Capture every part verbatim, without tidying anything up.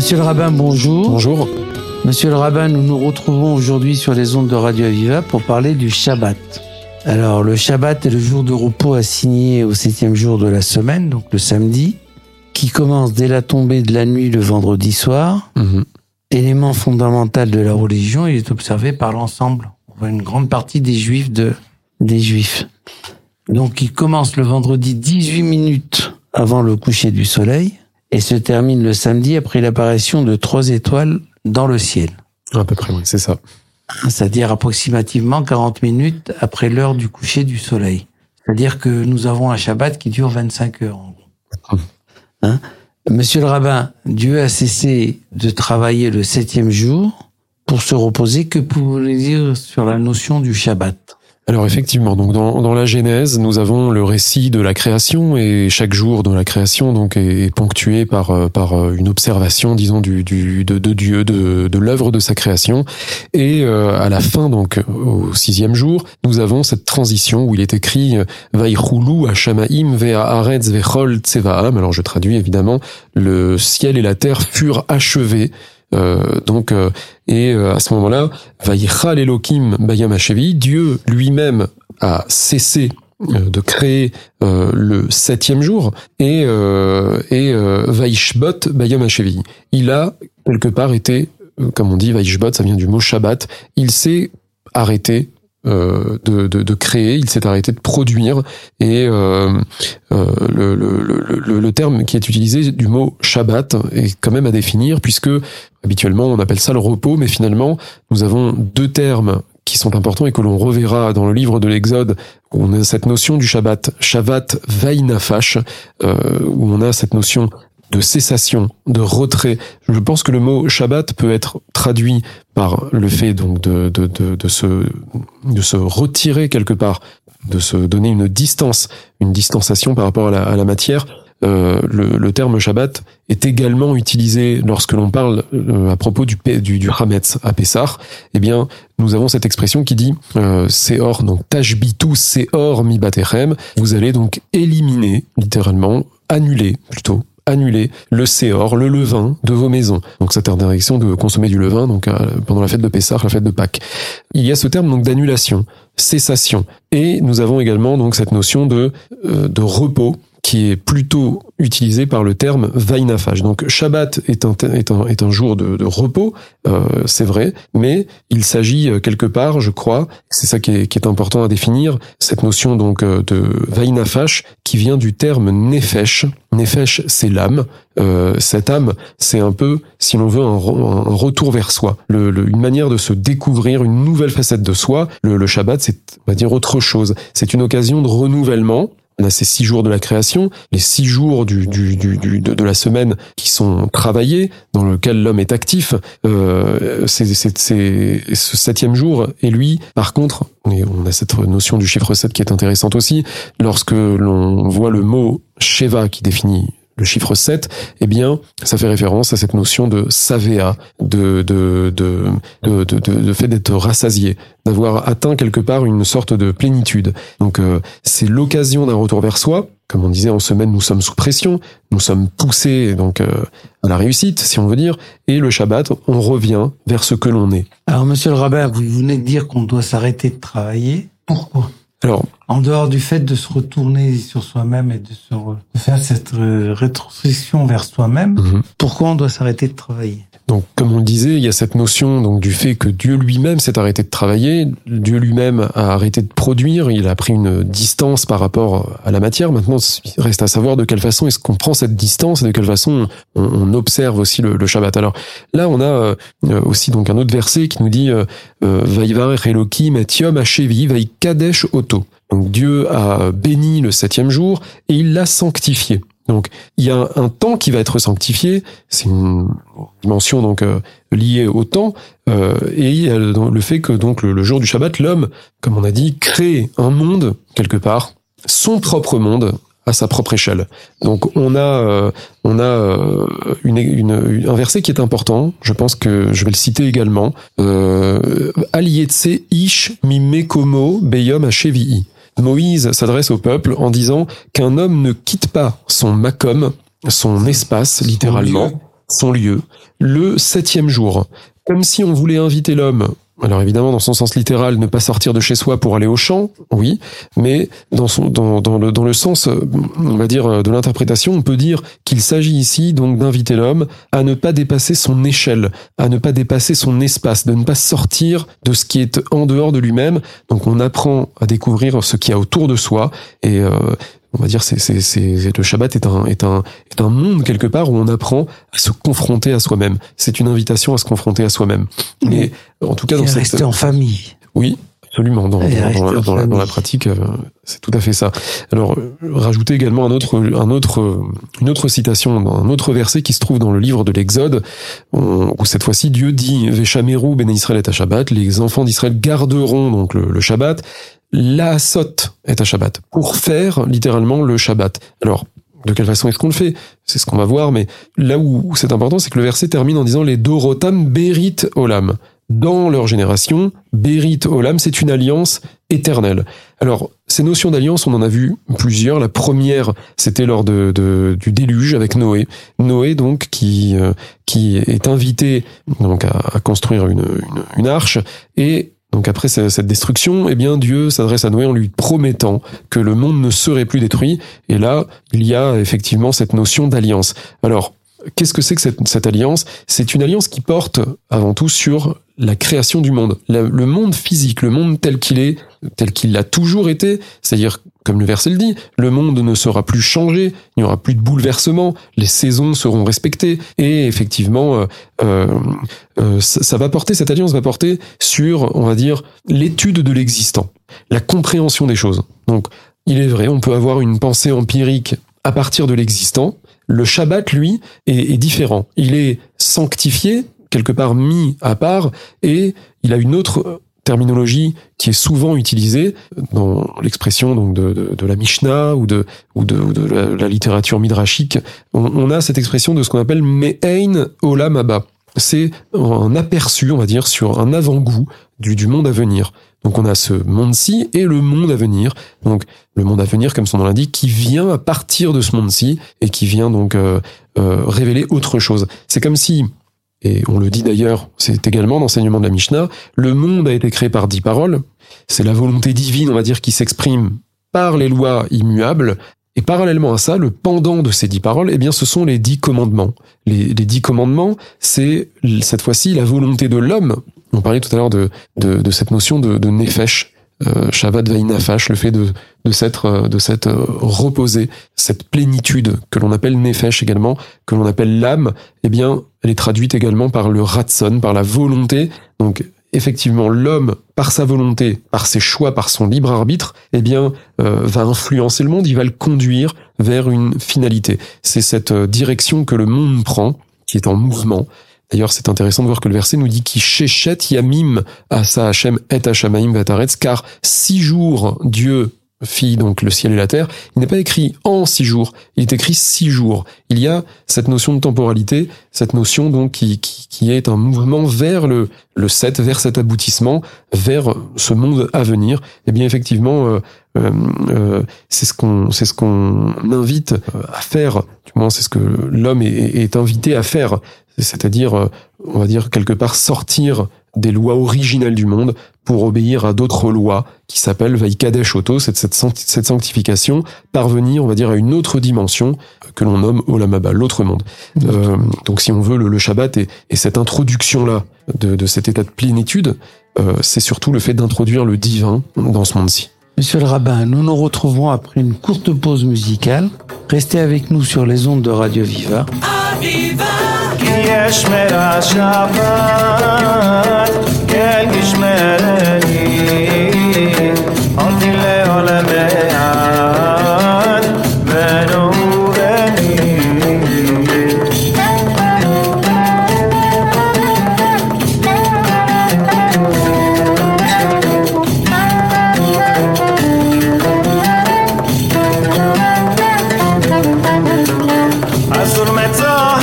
Monsieur le rabbin, bonjour. Bonjour. Monsieur le rabbin, nous nous retrouvons aujourd'hui sur les ondes de Radio Aviva pour parler du Shabbat. Alors, le Shabbat est le jour de repos assigné au septième jour de la semaine, donc le samedi, qui commence dès la tombée de la nuit le vendredi soir. Mmh. Élément fondamental de la religion, il est observé par l'ensemble, une grande partie des juifs de, des juifs. Donc, il commence le vendredi dix-huit minutes avant le coucher du soleil et se termine le samedi après l'apparition de trois étoiles dans le ciel. À peu près, oui, c'est ça. C'est-à-dire approximativement quarante minutes après l'heure du coucher du soleil. C'est-à-dire que nous avons un Shabbat qui dure vingt-cinq heures, en gros. Hein? Monsieur le rabbin, Dieu a cessé de travailler le septième jour pour se reposer. Que pouvez-vous dire sur la notion du Shabbat ? Alors effectivement, donc dans, dans la Genèse, nous avons le récit de la création et chaque jour de la création donc est, est ponctué par par une observation, disons du du de, de Dieu, de de l'œuvre de sa création. Et euh, à la fin, donc au sixième jour, nous avons cette transition où il est écrit Vaïchoulou Hashamaim ve'haaretz ve'chol tsevaam. Alors je traduis évidemment, le ciel et la terre furent achevés. Euh, donc euh, et euh, à ce moment-là, Vayichal Elokim Bayam Hashevi, Dieu lui-même a cessé euh, de créer euh, le septième jour et euh, et euh, Vaishbot Bayam Hashevi. Il a quelque part été, euh, comme on dit, Vaishbot, ça vient du mot Shabbat. Il s'est arrêté Euh, de, de, de créer, il s'est arrêté de produire et euh, euh, le, le, le, le terme qui est utilisé du mot Shabbat est quand même à définir puisque habituellement on appelle ça le repos, mais finalement nous avons deux termes qui sont importants et que l'on reverra dans le livre de l'Exode où on a cette notion du Shabbat, Shabbat Vainafash, euh, où on a cette notion de cessation, de retrait. Je pense que le mot Shabbat peut être traduit par le fait donc de de de, de se de se retirer quelque part, de se donner une distance, une distanciation par rapport à la, à la matière. Euh, le, le terme Shabbat est également utilisé lorsque l'on parle euh, à propos du du, du Hametz à Pessah. Eh bien, nous avons cette expression qui dit euh, Seor, donc Tashbitu Seor mi batechem. Vous allez donc éliminer, littéralement, annuler plutôt. annuler le séor, le levain de vos maisons. Donc cette interdiction de consommer du levain donc euh, pendant la fête de Pessah, la fête de Pâques. Il y a ce terme donc d'annulation, cessation, et nous avons également donc cette notion de euh, de repos qui est plutôt utilisé par le terme vainafash. Donc Shabbat est un est un est un jour de, de repos, euh, c'est vrai, mais il s'agit quelque part, je crois, c'est ça qui est qui est important à définir, cette notion donc de vainafash qui vient du terme nefesh. Nefesh, c'est l'âme. Euh, cette âme, c'est un peu, si l'on veut, un, un retour vers soi, le, le, une manière de se découvrir, une nouvelle facette de soi. Le, le Shabbat, c'est, on va dire, autre chose. C'est une occasion de renouvellement. On a ces six jours de la création, les six jours du, du, du, du de, de la semaine qui sont travaillés, dans lequel l'homme est actif. Euh, c'est, c'est, c'est, ce septième jour, et lui, par contre, et on a cette notion du chiffre sept qui est intéressante aussi, lorsque l'on voit le mot Sheva qui définit le chiffre sept, eh bien, ça fait référence à cette notion de savea, de de de de de, de, de fait d'être rassasié, d'avoir atteint quelque part une sorte de plénitude. Donc, euh, c'est l'occasion d'un retour vers soi. Comme on disait, en semaine, nous sommes sous pression, nous sommes poussés donc euh, à la réussite, si on veut dire. Et le Shabbat, on revient vers ce que l'on est. Alors, monsieur le rabbin, vous venez de dire qu'on doit s'arrêter de travailler. Pourquoi ? Alors, en dehors du fait de se retourner sur soi-même et de, se re... de faire cette rétrospection vers soi-même, mmh. pourquoi on doit s'arrêter de travailler ? Donc, comme on le disait, il y a cette notion donc du fait que Dieu lui-même s'est arrêté de travailler, Dieu lui-même a arrêté de produire, il a pris une distance par rapport à la matière. Maintenant, il reste à savoir de quelle façon est-ce qu'on prend cette distance et de quelle façon on, on observe aussi le, le Shabbat. Alors là, on a euh, aussi donc un autre verset qui nous dit euh, Vayivarech Elokim et Yom Hashevi Vaikadesh Oto. Donc Dieu a béni le septième jour et il l'a sanctifié. Donc il y a un temps qui va être sanctifié, c'est une dimension donc euh, liée au temps, euh, et il y a le fait que donc le, le jour du Shabbat, l'homme, comme on a dit, crée un monde quelque part, son propre monde à sa propre échelle. Donc on a euh, on a euh, une, une, un verset qui est important, je pense que je vais le citer également. Euh, Alietse ish mimekomo beyom hashevi'i. Moïse s'adresse au peuple en disant qu'un homme ne quitte pas son makom, son espace, littéralement, son lieu, le septième jour. Comme si on voulait inviter l'homme, alors évidemment dans son sens littéral, ne pas sortir de chez soi pour aller au champ, oui, mais dans son dans dans le dans le sens, on va dire, de l'interprétation, on peut dire qu'il s'agit ici donc d'inviter l'homme à ne pas dépasser son échelle, à ne pas dépasser son espace, de ne pas sortir de ce qui est en dehors de lui-même. Donc on apprend à découvrir ce qu'il y a autour de soi et euh, on va dire c'est c'est c'est le Shabbat est un est un est un monde quelque part où on apprend à se confronter à soi-même. C'est une invitation à se confronter à soi-même. Mais en tout cas dans cette rester en famille. Oui, absolument. Dans, dans, dans, la, dans, la, dans la pratique, euh, c'est tout à fait ça. Alors, euh, rajouter également un autre, un autre, euh, une autre citation, un autre verset qui se trouve dans le livre de l'Exode, on, où cette fois-ci Dieu dit Veshameru ben Israël et à Shabbat, les enfants d'Israël garderont donc le, le Shabbat, la sot est à Shabbat, pour faire littéralement le Shabbat. Alors, de quelle façon est-ce qu'on le fait? C'est ce qu'on va voir, mais là où c'est important, c'est que le verset termine en disant les Dorotam Berit Olam. Dans leur génération, Berit Olam, c'est une alliance éternelle. Alors, ces notions d'alliance, on en a vu plusieurs. La première, c'était lors de, de, du déluge avec Noé. Noé, donc, qui, euh, qui est invité donc à, à construire une, une, une arche. Et donc après cette destruction, eh bien Dieu s'adresse à Noé en lui promettant que le monde ne serait plus détruit. Et là, il y a effectivement cette notion d'alliance. Alors, qu'est-ce que c'est que cette, cette alliance? C'est une alliance qui porte avant tout sur la création du monde. La, le monde physique, le monde tel qu'il est, tel qu'il l'a toujours été, c'est-à-dire, comme le verset le dit, le monde ne sera plus changé, il n'y aura plus de bouleversement, les saisons seront respectées, et effectivement, euh, euh, ça, ça va porter, cette alliance va porter sur, on va dire, l'étude de l'existant, la compréhension des choses. Donc, il est vrai, on peut avoir une pensée empirique à partir de l'existant. Le Shabbat, lui, est, est différent. Il est sanctifié, quelque part mis à part, et il a une autre terminologie qui est souvent utilisée dans l'expression donc de, de, de la Mishnah ou de, ou de, ou de la, la littérature midrashique. On, on a cette expression de ce qu'on appelle Me'ein Olam Haba. C'est un aperçu, on va dire, sur un avant-goût du, du monde à venir. Donc on a ce monde-ci et le monde à venir. Donc le monde à venir, comme son nom l'indique, qui vient à partir de ce monde-ci et qui vient donc euh, euh, révéler autre chose. C'est comme si, et on le dit d'ailleurs, c'est également l'enseignement de la Mishnah, le monde a été créé par dix paroles. C'est la volonté divine, on va dire, qui s'exprime par les lois immuables. Et parallèlement à ça, le pendant de ces dix paroles, eh bien, ce sont les dix commandements. Les, les dix commandements, c'est cette fois-ci la volonté de l'homme. On parlait tout à l'heure de, de, de cette notion de, de nefesh, euh, Shabbat vaïnafash, le fait de, de s'être, de s'être reposé, cette plénitude que l'on appelle nefesh également, que l'on appelle l'âme, eh bien, elle est traduite également par le ratson, par la volonté. Donc, effectivement, l'homme, par sa volonté, par ses choix, par son libre arbitre, eh bien, euh, va influencer le monde, il va le conduire vers une finalité. C'est cette direction que le monde prend, qui est en mouvement. D'ailleurs, c'est intéressant de voir que le verset nous dit « Ki shechet yamim asa Hashem et hashamaim v'ataretz » car six jours, Dieu fit donc le ciel et la terre. Il n'est pas écrit en six jours, il est écrit six jours. Il y a cette notion de temporalité, cette notion donc qui, qui, qui est un mouvement vers le, le sept, vers cet aboutissement, vers ce monde à venir. Et bien effectivement, euh, euh, euh, c'est ce qu'on, c'est ce qu'on invite à faire. Du moins, c'est ce que l'homme est, est invité à faire. C'est-à-dire, on va dire quelque part sortir des lois originelles du monde pour obéir à d'autres lois qui s'appellent Vaïkadesh Oto, cette, cette, cette sanctification, parvenir, on va dire, à une autre dimension que l'on nomme Olam Haba, l'autre monde. Euh, donc si on veut, le, le Shabbat et, et cette introduction-là de, de cet état de plénitude, euh, c'est surtout le fait d'introduire le divin dans ce monde-ci. Monsieur le rabbin, nous nous retrouvons après une courte pause musicale. Restez avec nous sur les ondes de Radio Viva. يشمر عشابات كل يشمرني أنتي اللي على ميعاد منورني عزور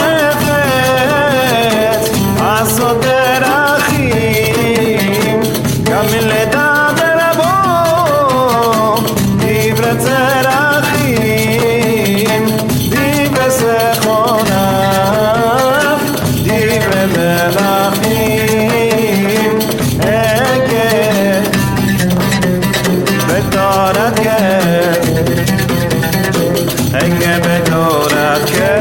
متزاهر ملاخیم اگه بدارد که اگه بدارد که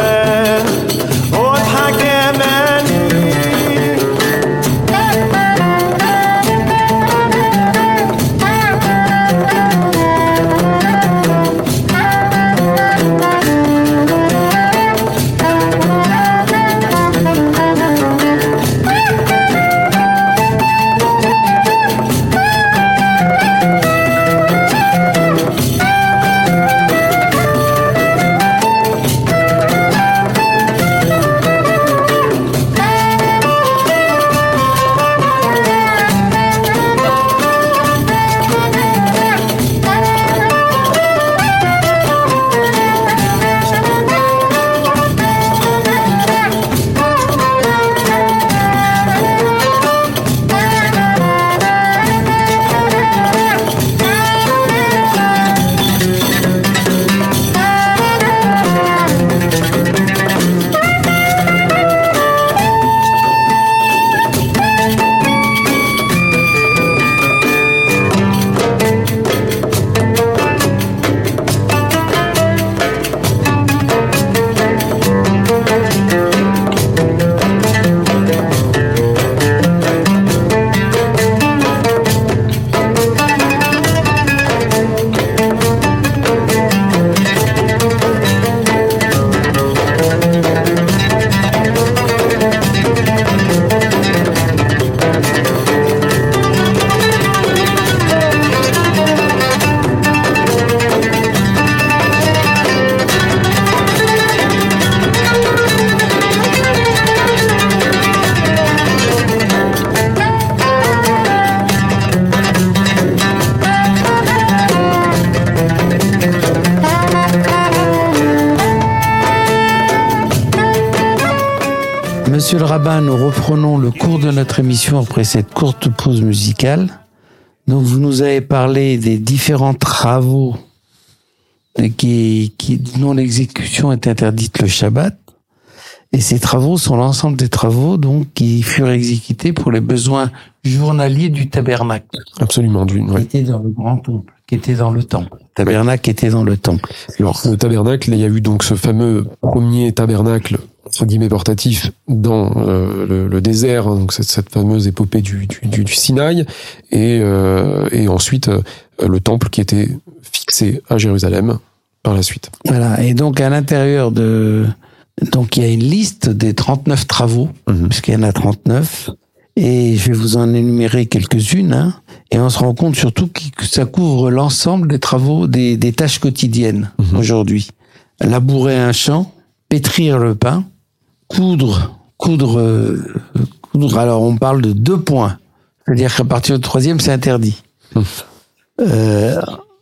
Monsieur le rabbin, nous reprenons le cours de notre émission après cette courte pause musicale. Donc, vous nous avez parlé des différents travaux qui, qui, dont l'exécution est interdite le Shabbat. Et ces travaux sont l'ensemble des travaux donc qui furent exécutés pour les besoins journaliers du tabernacle. Absolument, du, ouais. Qui était dans le grand temple, qui était dans le temple. Le tabernacle ouais. était dans le temple. Alors, le tabernacle, il y a eu donc ce fameux premier tabernacle entre guillemets portatif dans euh, le, le désert, donc cette, cette fameuse épopée du, du, du, du Sinaï, et, euh, et ensuite euh, le temple qui était fixé à Jérusalem par la suite. Voilà, et donc à l'intérieur de... Donc il y a une liste des trente-neuf travaux, mmh. puisqu'il y en a trente-neuf, et je vais vous en énumérer quelques-unes, hein, et on se rend compte surtout que ça couvre l'ensemble des travaux, des, des tâches quotidiennes mmh. aujourd'hui. Labourer un champ, pétrir le pain, coudre, coudre, euh, coudre. Alors on parle de deux points, c'est-à-dire qu'à partir du troisième c'est interdit. Mmh. Euh,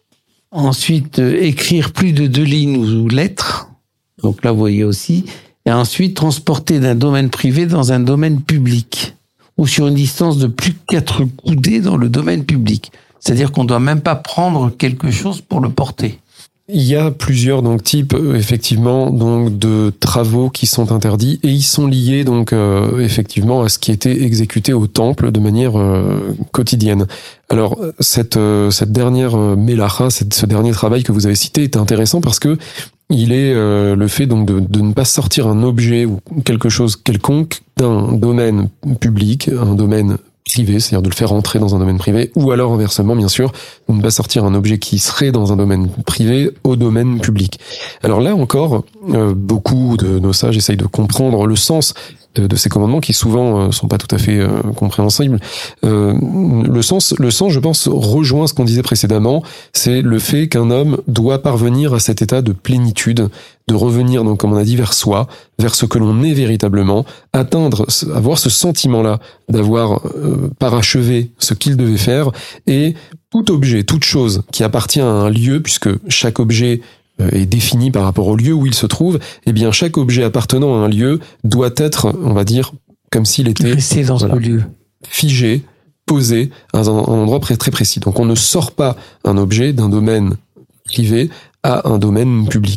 ensuite euh, écrire plus de deux lignes ou lettres. Donc là, vous voyez aussi. Et ensuite, transporter d'un domaine privé dans un domaine public ou sur une distance de plus que quatre coudées dans le domaine public. C'est-à-dire qu'on ne doit même pas prendre quelque chose pour le porter. Il y a plusieurs donc types effectivement donc de travaux qui sont interdits et ils sont liés donc euh, effectivement à ce qui était exécuté au temple de manière euh, quotidienne. Alors cette euh, cette dernière euh, mélacha, cette, ce dernier travail que vous avez cité est intéressant parce que il est euh, le fait donc de, de ne pas sortir un objet ou quelque chose quelconque d'un domaine public, un domaine privé, c'est-à-dire de le faire entrer dans un domaine privé, ou alors inversement, bien sûr, de ne pas sortir un objet qui serait dans un domaine privé au domaine public. Alors là encore, euh, beaucoup de nos sages essayent de comprendre le sens de, de ces commandements qui souvent euh, sont pas tout à fait euh, compréhensibles. Euh, le sens, le sens, je pense, rejoint ce qu'on disait précédemment, c'est le fait qu'un homme doit parvenir à cet état de plénitude, de revenir, donc, comme on a dit, vers soi, vers ce que l'on est véritablement, atteindre, avoir ce sentiment-là d'avoir euh, parachevé ce qu'il devait faire, et tout objet, toute chose qui appartient à un lieu, puisque chaque objet euh, est défini par rapport au lieu où il se trouve, eh bien, chaque objet appartenant à un lieu doit être, on va dire, comme s'il était resté dans voilà, ce lieu, figé, posé à un, un endroit très, très précis. Donc, on ne sort pas un objet d'un domaine privé à un domaine public.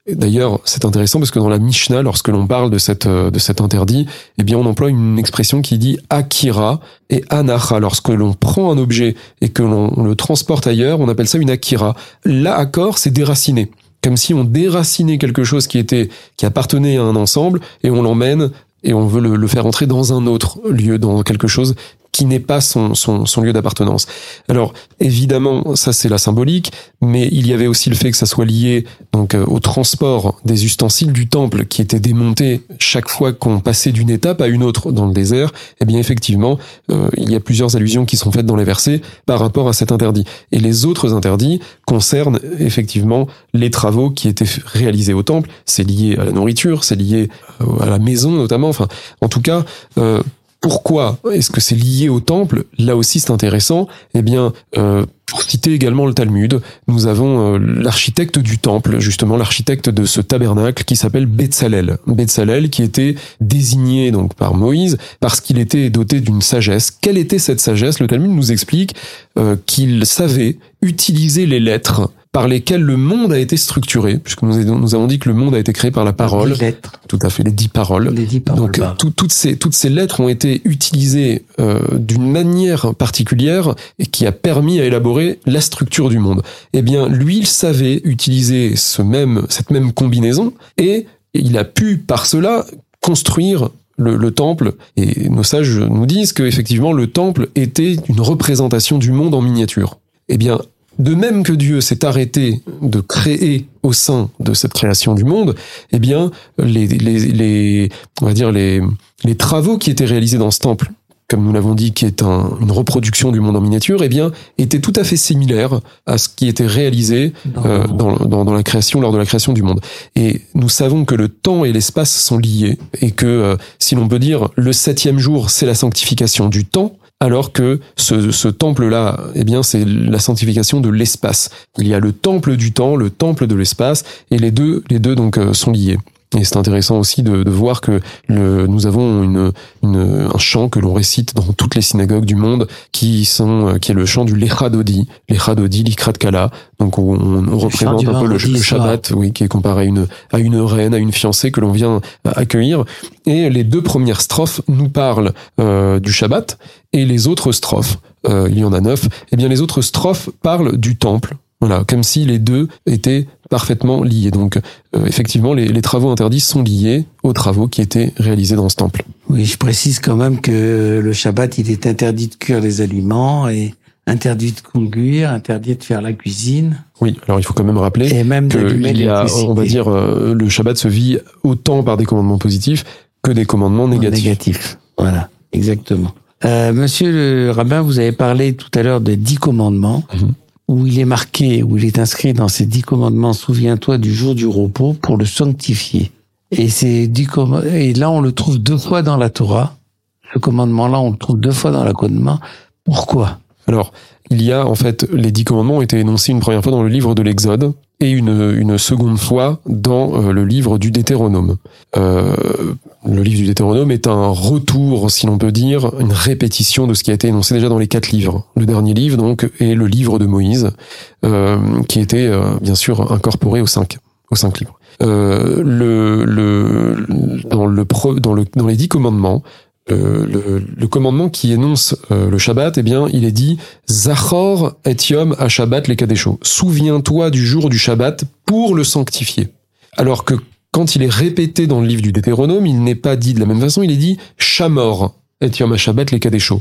D'ailleurs, c'est intéressant parce que dans la Mishnah, lorsque l'on parle de cette de cet interdit, eh bien, on emploie une expression qui dit akira et anacha. Lorsque l'on prend un objet et que l'on le transporte ailleurs, on appelle ça une akira. Là, accord, c'est déraciner. Comme si on déracinait quelque chose qui était qui appartenait à un ensemble et on l'emmène et on veut le, le faire entrer dans un autre lieu, dans quelque chose qui n'est pas son, son, son lieu d'appartenance. Alors, évidemment, ça c'est la symbolique, mais il y avait aussi le fait que ça soit lié donc au transport des ustensiles du temple qui étaient démontés chaque fois qu'on passait d'une étape à une autre dans le désert. Eh bien, effectivement, euh, il y a plusieurs allusions qui sont faites dans les versets par rapport à cet interdit. Et les autres interdits concernent effectivement les travaux qui étaient réalisés au temple. C'est lié à la nourriture, c'est lié à la maison notamment. Enfin, en tout cas, euh, pourquoi est-ce que c'est lié au temple? Là aussi, c'est intéressant. Eh bien, euh, pour citer également le Talmud, nous avons euh, l'architecte du temple, justement l'architecte de ce tabernacle qui s'appelle Betsalel. Betsalel qui était désigné donc par Moïse parce qu'il était doté d'une sagesse. Quelle était cette sagesse? Le Talmud nous explique euh, qu'il savait utiliser les lettres par lesquelles le monde a été structuré, puisque nous, nous avons dit que le monde a été créé par la parole. Les lettres. Tout à fait, les dix paroles. Les dix paroles. Donc, tout, toutes ces, toutes ces lettres ont été utilisées euh, d'une manière particulière et qui a permis à élaborer la structure du monde. Eh bien, lui, il savait utiliser ce même, cette même combinaison et il a pu, par cela, construire Le, le temple, et nos sages nous disent que effectivement le temple était une représentation du monde en miniature. Eh bien, de même que Dieu s'est arrêté de créer au sein de cette création du monde, eh bien, les, les, les, on va dire les, les travaux qui étaient réalisés dans ce temple, comme nous l'avons dit, qui est un, une reproduction du monde en miniature, eh bien, étaient tout à fait similaires à ce qui était réalisé euh, dans, dans, dans la création, lors de la création du monde. Et nous savons que le temps et l'espace sont liés, et que, euh, si l'on peut dire, le septième jour, c'est la sanctification du temps, alors que ce, ce temple-là, eh bien, c'est la sanctification de l'espace. Il y a le temple du temps, le temple de l'espace, et les deux, les deux donc euh, sont liés. Et c'est intéressant aussi de, de voir que le, nous avons une, une, un chant que l'on récite dans toutes les synagogues du monde, qui sont, qui est le chant du Lecha Dodi, Lecha Dodi, Likrat Kala. Donc on, on représente un peu le, le Shabbat, oui, qui est comparé à une, à une reine, à une fiancée que l'on vient accueillir. Et les deux premières strophes nous parlent euh, du Shabbat, et les autres strophes, euh, il y en a neuf, et bien les autres strophes parlent du temple. Voilà, comme si les deux étaient parfaitement liés. Donc, euh, effectivement, les, les travaux interdits sont liés aux travaux qui étaient réalisés dans ce temple. Oui, je précise quand même que le Shabbat, il est interdit de cuire les aliments et interdit de conduire, interdit de faire la cuisine. Oui, alors il faut quand même rappeler et même que il y a, on va dire, euh, le Shabbat se vit autant par des commandements positifs que des commandements négatifs. Négatifs, voilà, exactement. Euh, monsieur le rabbin, vous avez parlé tout à l'heure des dix commandements. Mm-hmm. Où il est marqué, où il est inscrit dans ces dix commandements, souviens-toi du jour du repos pour le sanctifier. Et ces dix commandements, et là on le trouve deux fois dans la Torah. Ce commandement-là, on le trouve deux fois dans la commandement. Pourquoi? Alors, il y a en fait, les dix commandements ont été énoncés une première fois dans le livre de l'Exode et une, une seconde fois dans euh, le livre du Deutéronome. Euh, le livre du Deutéronome est un retour, si l'on peut dire, une répétition de ce qui a été énoncé déjà dans les quatre livres. Le dernier livre, donc, est le livre de Moïse, euh, qui était, euh, bien sûr, incorporé aux cinq, aux cinq livres. Euh, le, le, dans le, pro, dans le, dans les dix commandements, Le, le, le commandement qui énonce euh, le Shabbat, eh bien, il est dit Zachor et Yom ha Shabbat le Kadesho. Souviens-toi du jour du Shabbat pour le sanctifier. Alors que quand il est répété dans le livre du Deutéronome, il n'est pas dit de la même façon, il est dit Shamor et Yom ha Shabbat le Kadesho.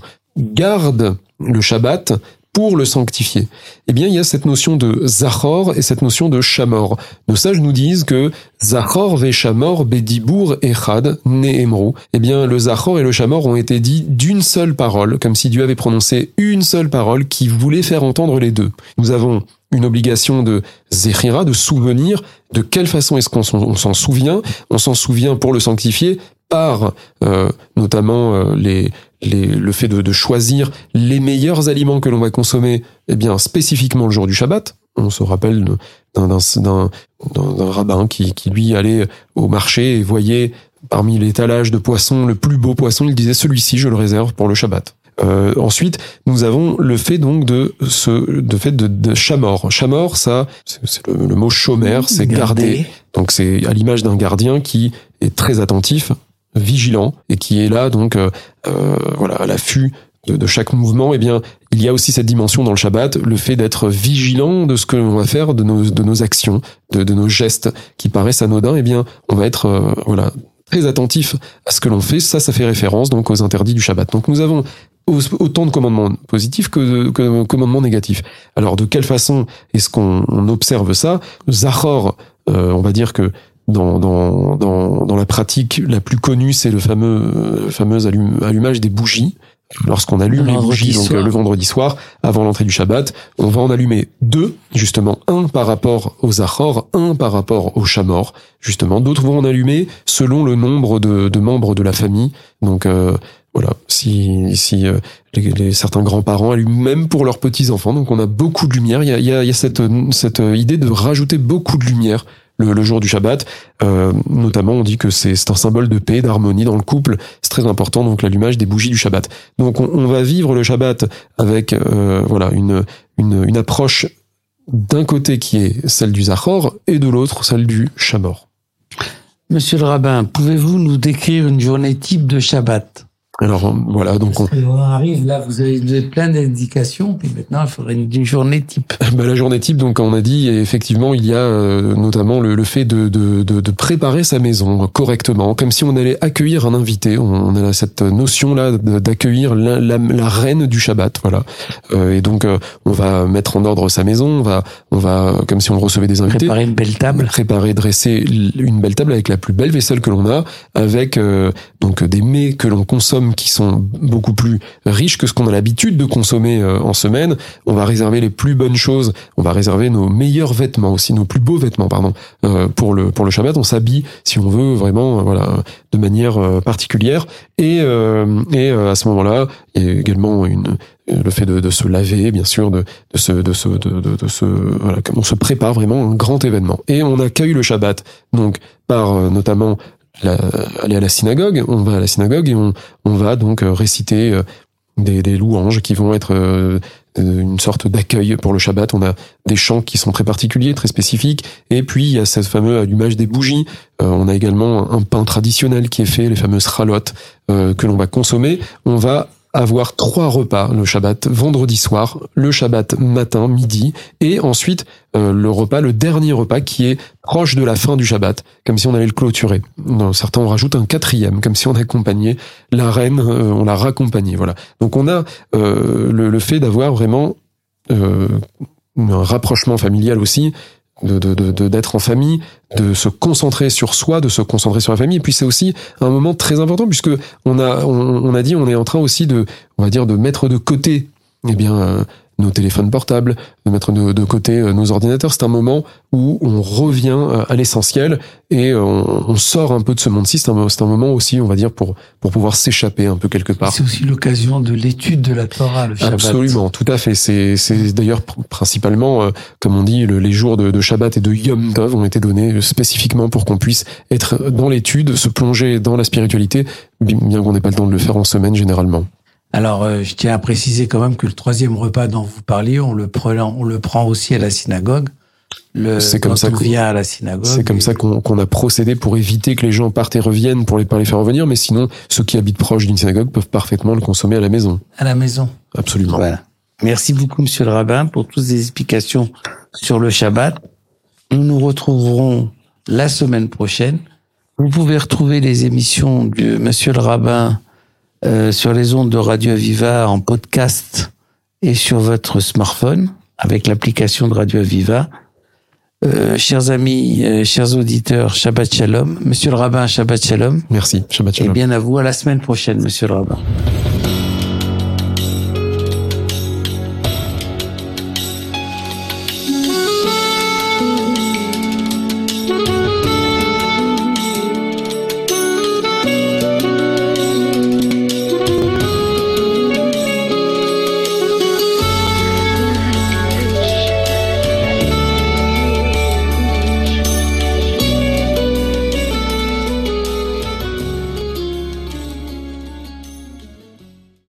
Garde le Shabbat pour le sanctifier. Eh bien, il y a cette notion de Zachor et cette notion de Shamor. Nos sages nous disent que Zachor ve Shamor bedibour echad neemru. Eh bien, le Zachor et le Shamor ont été dits d'une seule parole, comme si Dieu avait prononcé une seule parole qui voulait faire entendre les deux. Nous avons une obligation de Zechira, de souvenir. De quelle façon est-ce qu'on s'en souvient? On s'en souvient pour le sanctifier par euh, notamment euh, les, les, le fait de, de choisir les meilleurs aliments que l'on va consommer, eh bien spécifiquement le jour du Shabbat. On se rappelle d'un, d'un, d'un, d'un rabbin qui, qui lui allait au marché et voyait parmi l'étalage de poissons le plus beau poisson, il disait celui-ci je le réserve pour le Shabbat. Euh, ensuite, nous avons le fait donc de ce, de fait de, de shamor. Shamor, ça, c'est, c'est le, le mot shomer, c'est garder. garder. Donc c'est à l'image d'un gardien qui est très attentif, vigilant, et qui est là donc euh, euh, voilà à l'affût de, de chaque mouvement. Eh bien, il y a aussi cette dimension dans le Shabbat, le fait d'être vigilant de ce que l'on va faire, de nos de nos actions, de, de nos gestes qui paraissent anodins. Eh bien, on va être euh, voilà très attentif à ce que l'on fait. Ça, ça fait référence donc aux interdits du Shabbat. Donc nous avons autant de commandements positifs que de, que de commandements négatifs. Alors de quelle façon est-ce qu'on on observe ça? Zachor, euh, on va dire que dans, dans, dans, dans la pratique la plus connue, c'est le fameux, euh, fameux allum, allumage des bougies. Lorsqu'on allume les bougies, donc euh, le vendredi soir, avant l'entrée du Shabbat, on va en allumer deux, justement, un par rapport aux Zachor, un par rapport aux Shamor, justement. D'autres vont en allumer selon le nombre de, de membres de la famille. Donc, euh, voilà, si, si euh, les, les, certains grands-parents allument même pour leurs petits-enfants, donc on a beaucoup de lumière. Il y a, il y a, il y a cette, cette idée de rajouter beaucoup de lumière le, le jour du Shabbat. Euh, notamment, on dit que c'est, c'est un symbole de paix, d'harmonie dans le couple. C'est très important, donc l'allumage des bougies du Shabbat. Donc on, on va vivre le Shabbat avec euh, voilà une, une, une approche d'un côté qui est celle du Zachor et de l'autre celle du Shamor. Monsieur le rabbin, pouvez-vous nous décrire une journée type de Shabbat? Alors voilà, donc on... on arrive là, vous avez, vous avez plein d'indications, puis maintenant il faudrait une, une journée type. Bah, la journée type, donc on a dit, effectivement, il y a euh, notamment le, le fait de, de, de, de préparer sa maison correctement, comme si on allait accueillir un invité. On, on a cette notion là d'accueillir la, la, la reine du Shabbat, voilà. Euh, et donc euh, on va mettre en ordre sa maison, on va, on va comme si on recevait des invités. Préparer une belle table. Préparer, dresser une belle table avec la plus belle vaisselle que l'on a, avec euh, donc des mets que l'on consomme qui sont beaucoup plus riches que ce qu'on a l'habitude de consommer euh, en semaine. On va réserver les plus bonnes choses, on va réserver nos meilleurs vêtements aussi, nos plus beaux vêtements, pardon, euh, pour le pour le Shabbat. On s'habille, si on veut, vraiment, euh, voilà, de manière euh, particulière. Et euh, et euh, à ce moment-là, il y a également une le fait de, de se laver, bien sûr, de, de se, de se, de, de, de se, voilà, on se prépare vraiment à un grand événement. Et on accueille le Shabbat, donc par euh, notamment La, aller à la synagogue, on va à la synagogue et on, on va donc réciter des, des louanges qui vont être euh, une sorte d'accueil pour le Shabbat. On a des chants qui sont très particuliers, très spécifiques, et puis il y a cette fameuse allumage des bougies. Euh, on a également un pain traditionnel qui est fait, les fameuses chalot euh, que l'on va consommer. On va avoir trois repas le Shabbat, vendredi soir, le Shabbat matin, midi, et ensuite euh, le repas, le dernier repas qui est proche de la fin du Shabbat, comme si on allait le clôturer. Dans certains, on rajoute un quatrième, comme si on accompagnait la reine, euh, on la raccompagnait, voilà. Donc on a euh, le, le fait d'avoir vraiment euh, un rapprochement familial aussi, de, de, de, d'être en famille, de se concentrer sur soi, de se concentrer sur la famille. Et puis c'est aussi un moment très important puisque on a, on, on a dit, on est en train aussi de, on va dire, de mettre de côté, eh bien, euh, nos téléphones portables, de mettre de, de côté nos ordinateurs. C'est un moment où on revient à l'essentiel et on, on sort un peu de ce monde-ci. C'est un, c'est un moment aussi, on va dire, pour pour pouvoir s'échapper un peu quelque part. C'est aussi l'occasion de l'étude de la Torah, le Shabbat. Absolument, tout à fait. C'est c'est d'ailleurs principalement, euh, comme on dit, le, les jours de, de Shabbat et de Yom Tov ont été donnés spécifiquement pour qu'on puisse être dans l'étude, se plonger dans la spiritualité, bien qu'on n'ait pas le temps de le faire en semaine généralement. Alors, euh, je tiens à préciser quand même que le troisième repas dont vous parliez, on le prend, on le prend aussi à la synagogue. Le, c'est comme ça qu'on vient à la synagogue. C'est comme et... ça qu'on, qu'on a procédé pour éviter que les gens partent et reviennent pour les, pas les faire revenir. Mais sinon, ceux qui habitent proche d'une synagogue peuvent parfaitement le consommer à la maison. À la maison. Absolument. Voilà. Merci beaucoup, monsieur le rabbin, pour toutes ces explications sur le Shabbat. Nous nous retrouverons la semaine prochaine. Vous pouvez retrouver les émissions de monsieur le rabbin Euh, sur les ondes de Radio Aviva en podcast et sur votre smartphone avec l'application de Radio Aviva. Euh, chers amis, euh, chers auditeurs, Shabbat Shalom. Monsieur le rabbin, Shabbat Shalom. Merci, Shabbat Shalom. Et bien à vous, à la semaine prochaine, monsieur le rabbin.